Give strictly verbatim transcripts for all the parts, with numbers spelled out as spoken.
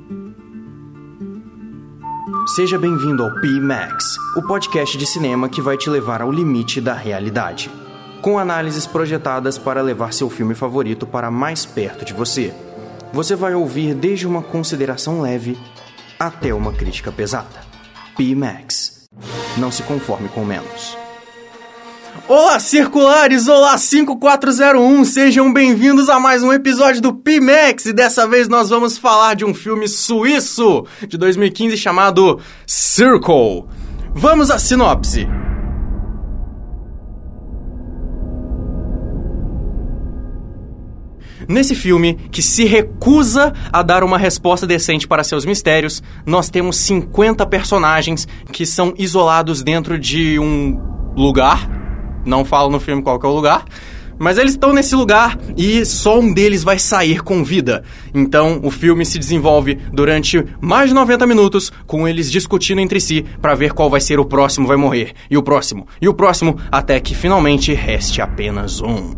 Seja bem-vindo ao P Max, o podcast de cinema que vai te levar ao limite da realidade, com análises projetadas para levar seu filme favorito para mais perto de você. Você vai ouvir desde uma consideração leve até uma crítica pesada. P Max. Não se conforme com menos. Olá, circulares! Olá, cinco quatro zero um! Sejam bem-vindos a mais um episódio do P Max! E dessa vez nós vamos falar de um filme suíço de dois mil e quinze chamado Circle. Vamos à sinopse! Nesse filme, que se recusa a dar uma resposta decente para seus mistérios, nós temos cinquenta personagens que são isolados dentro de um lugar. Não falo no filme qual que é o lugar, mas eles estão nesse lugar e só um deles vai sair com vida. Então, o filme se desenvolve durante mais de noventa minutos com eles discutindo entre si para ver qual vai ser o próximo vai morrer, e o próximo, e o próximo, até que finalmente reste apenas um.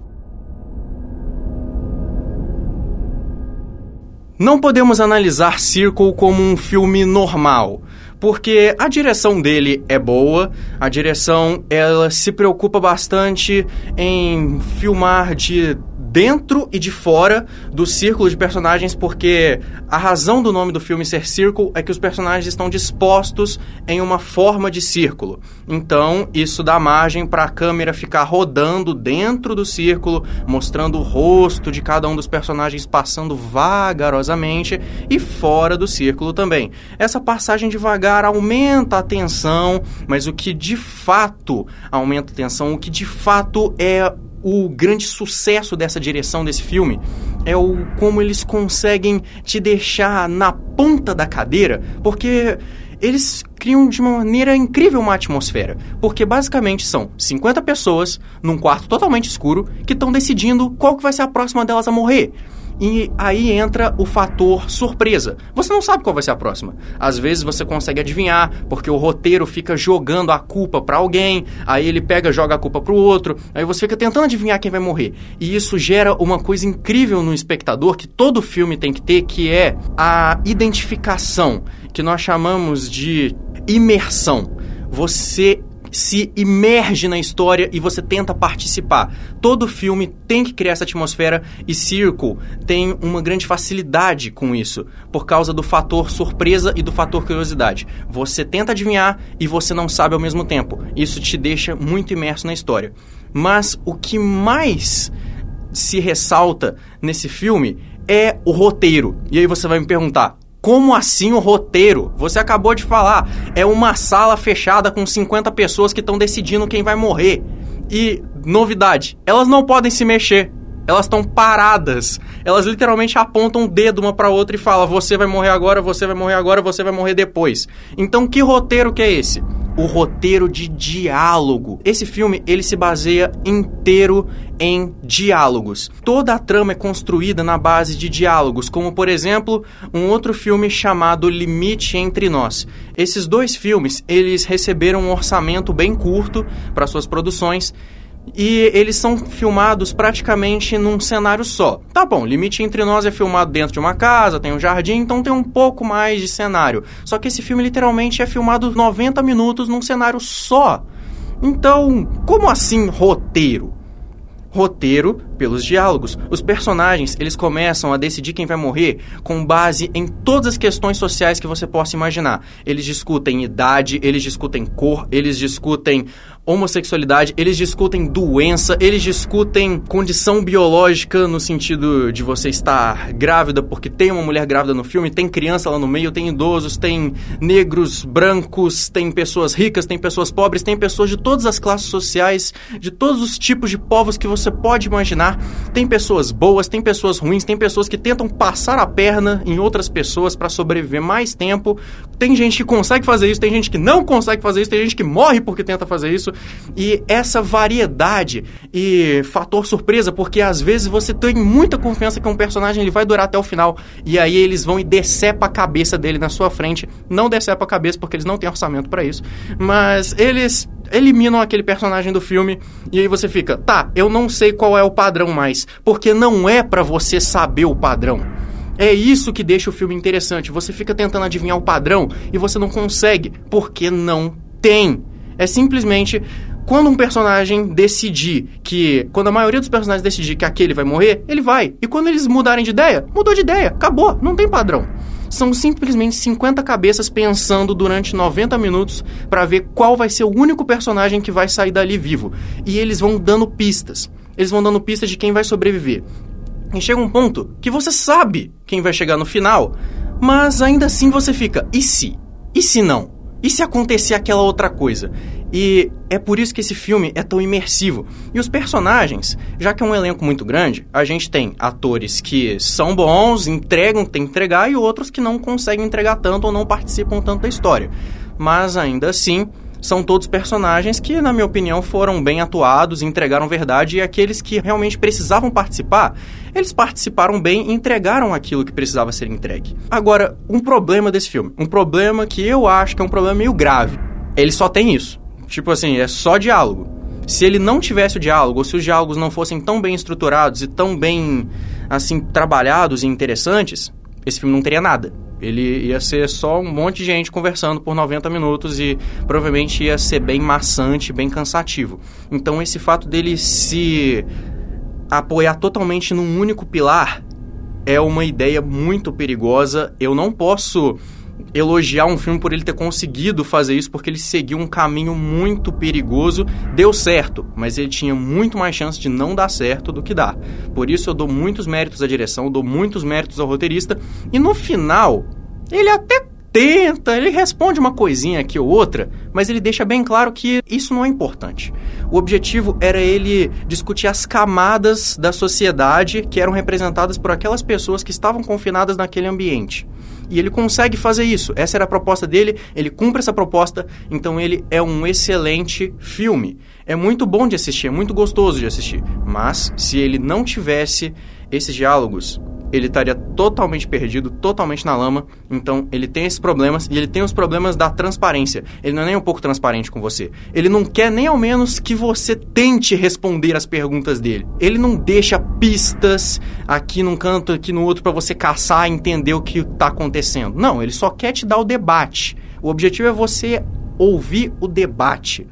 Não podemos analisar Circle como um filme normal, porque a direção dele é boa, a direção ela se preocupa bastante em filmar de dentro e de fora do círculo de personagens, porque a razão do nome do filme ser Circle é que os personagens estão dispostos em uma forma de círculo. Então, isso dá margem para a câmera ficar rodando dentro do círculo, mostrando o rosto de cada um dos personagens passando vagarosamente e fora do círculo também. Essa passagem devagar aumenta a tensão, mas o que de fato aumenta a tensão, o que de fato é o grande sucesso dessa direção desse filme é o como eles conseguem te deixar na ponta da cadeira, porque eles criam de uma maneira incrível uma atmosfera, porque basicamente são cinquenta pessoas num quarto totalmente escuro que estão decidindo qual que vai ser a próxima delas a morrer. E aí entra o fator surpresa. Você não sabe qual vai ser a próxima. Às vezes você consegue adivinhar, porque o roteiro fica jogando a culpa pra alguém, aí ele pega e joga a culpa pro outro, aí você fica tentando adivinhar quem vai morrer. E isso gera uma coisa incrível no espectador, que todo filme tem que ter, que é a identificação, que nós chamamos de imersão. Você se imerge na história e você tenta participar. Todo filme tem que criar essa atmosfera e Circle tem uma grande facilidade com isso, por causa do fator surpresa e do fator curiosidade. Você tenta adivinhar e você não sabe ao mesmo tempo. Isso te deixa muito imerso na história. Mas o que mais se ressalta nesse filme é o roteiro. E aí você vai me perguntar: como assim o roteiro? Você acabou de falar, é uma sala fechada com cinquenta pessoas que estão decidindo quem vai morrer. E, novidade, elas não podem se mexer. Elas estão paradas. Elas literalmente apontam o dedo uma para outra e falam: você vai morrer agora, você vai morrer agora, você vai morrer depois. Então, que roteiro que é esse? O roteiro de diálogo. Esse filme, ele se baseia inteiro em diálogos. Toda a trama é construída na base de diálogos, como, por exemplo, um outro filme chamado Limite Entre Nós. Esses dois filmes, eles receberam um orçamento bem curto para suas produções, e eles são filmados praticamente num cenário só. Tá bom, Limite Entre Nós é filmado dentro de uma casa, tem um jardim, então tem um pouco mais de cenário. Só que esse filme literalmente é filmado noventa minutos num cenário só. Então, como assim roteiro? Roteiro pelos diálogos. Os personagens, eles começam a decidir quem vai morrer com base em todas as questões sociais que você possa imaginar. Eles discutem idade, eles discutem cor, eles discutem homossexualidade, eles discutem doença, eles discutem condição biológica no sentido de você estar grávida, porque tem uma mulher grávida no filme, tem criança lá no meio, tem idosos, tem negros, brancos, tem pessoas ricas, tem pessoas pobres, tem pessoas de todas as classes sociais, de todos os tipos de povos que você pode imaginar. Tem pessoas boas, tem pessoas ruins, tem pessoas que tentam passar a perna em outras pessoas para sobreviver mais tempo. Tem gente que consegue fazer isso, tem gente que não consegue fazer isso, tem gente que morre porque tenta fazer isso. E essa variedade e fator surpresa, porque às vezes você tem muita confiança que um personagem ele vai durar até o final, e aí eles vão e decepam a cabeça dele na sua frente. Não decepam a cabeça porque eles não têm orçamento para isso, mas eles eliminam aquele personagem do filme, e aí você fica, tá, eu não sei qual é o padrão mais, porque não é pra você saber o padrão. É isso que deixa o filme interessante. Você fica tentando adivinhar o padrão e você não consegue, porque não tem. É simplesmente quando um personagem decidir que... Quando a maioria dos personagens decidir que aquele vai morrer, ele vai. E quando eles mudarem de ideia, mudou de ideia. Acabou, não tem padrão. São simplesmente cinquenta cabeças pensando durante noventa minutos para ver qual vai ser o único personagem que vai sair dali vivo. E eles vão dando pistas. Eles vão dando pistas de quem vai sobreviver. E chega um ponto que você sabe quem vai chegar no final, mas ainda assim você fica, e se? E se não? E se acontecer aquela outra coisa? E é por isso que esse filme é tão imersivo. E os personagens, já que é um elenco muito grande, a gente tem atores que são bons, entregam o que tem que entregar, e outros que não conseguem entregar tanto ou não participam tanto da história. Mas ainda assim, são todos personagens que, na minha opinião, foram bem atuados, entregaram verdade, e aqueles que realmente precisavam participar, eles participaram bem e entregaram aquilo que precisava ser entregue. Agora, um problema desse filme, um problema que eu acho que é um problema meio grave, ele só tem isso. Tipo assim, é só diálogo. Se ele não tivesse o diálogo, ou se os diálogos não fossem tão bem estruturados e tão bem, assim, trabalhados e interessantes, esse filme não teria nada. Ele ia ser só um monte de gente conversando por noventa minutos e provavelmente ia ser bem maçante, bem cansativo. Então esse fato dele se apoiar totalmente num único pilar é uma ideia muito perigosa. Eu não posso elogiar um filme por ele ter conseguido fazer isso, porque ele seguiu um caminho muito perigoso. Deu certo, mas ele tinha muito mais chance de não dar certo do que dar. Por isso eu dou muitos méritos à direção, dou muitos méritos ao roteirista, e no final ele até tenta, ele responde uma coisinha aqui ou outra, mas ele deixa bem claro que isso não é importante. O objetivo era ele discutir as camadas da sociedade que eram representadas por aquelas pessoas que estavam confinadas naquele ambiente. E ele consegue fazer isso. Essa era a proposta dele, ele cumpre essa proposta, então ele é um excelente filme. É muito bom de assistir, é muito gostoso de assistir. Mas, se ele não tivesse esses diálogos, ele estaria totalmente perdido, totalmente na lama. Então, ele tem esses problemas, e ele tem os problemas da transparência. Ele não é nem um pouco transparente com você. Ele não quer nem ao menos que você tente responder as perguntas dele. Ele não deixa pistas aqui num canto, aqui no outro, para você caçar e entender o que está acontecendo. Não, ele só quer te dar o debate. O objetivo é você ouvir o debate.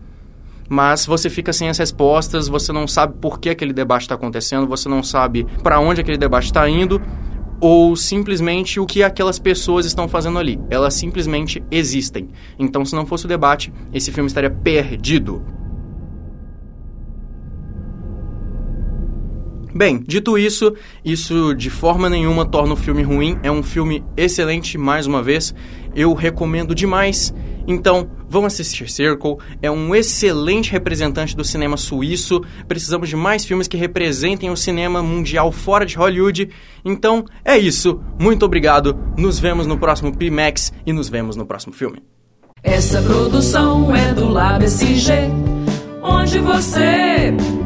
Mas você fica sem as respostas, você não sabe por que aquele debate está acontecendo, você não sabe para onde aquele debate está indo, ou simplesmente o que aquelas pessoas estão fazendo ali. Elas simplesmente existem. Então, se não fosse o debate, esse filme estaria perdido. Bem, dito isso, isso de forma nenhuma torna o filme ruim. É um filme excelente, mais uma vez. Eu recomendo demais. Então, vão assistir Circle. É um excelente representante do cinema suíço. Precisamos de mais filmes que representem o cinema mundial fora de Hollywood. Então, é isso. Muito obrigado. Nos vemos no próximo P MAX e nos vemos no próximo filme. Essa produção é do Lab S G, onde você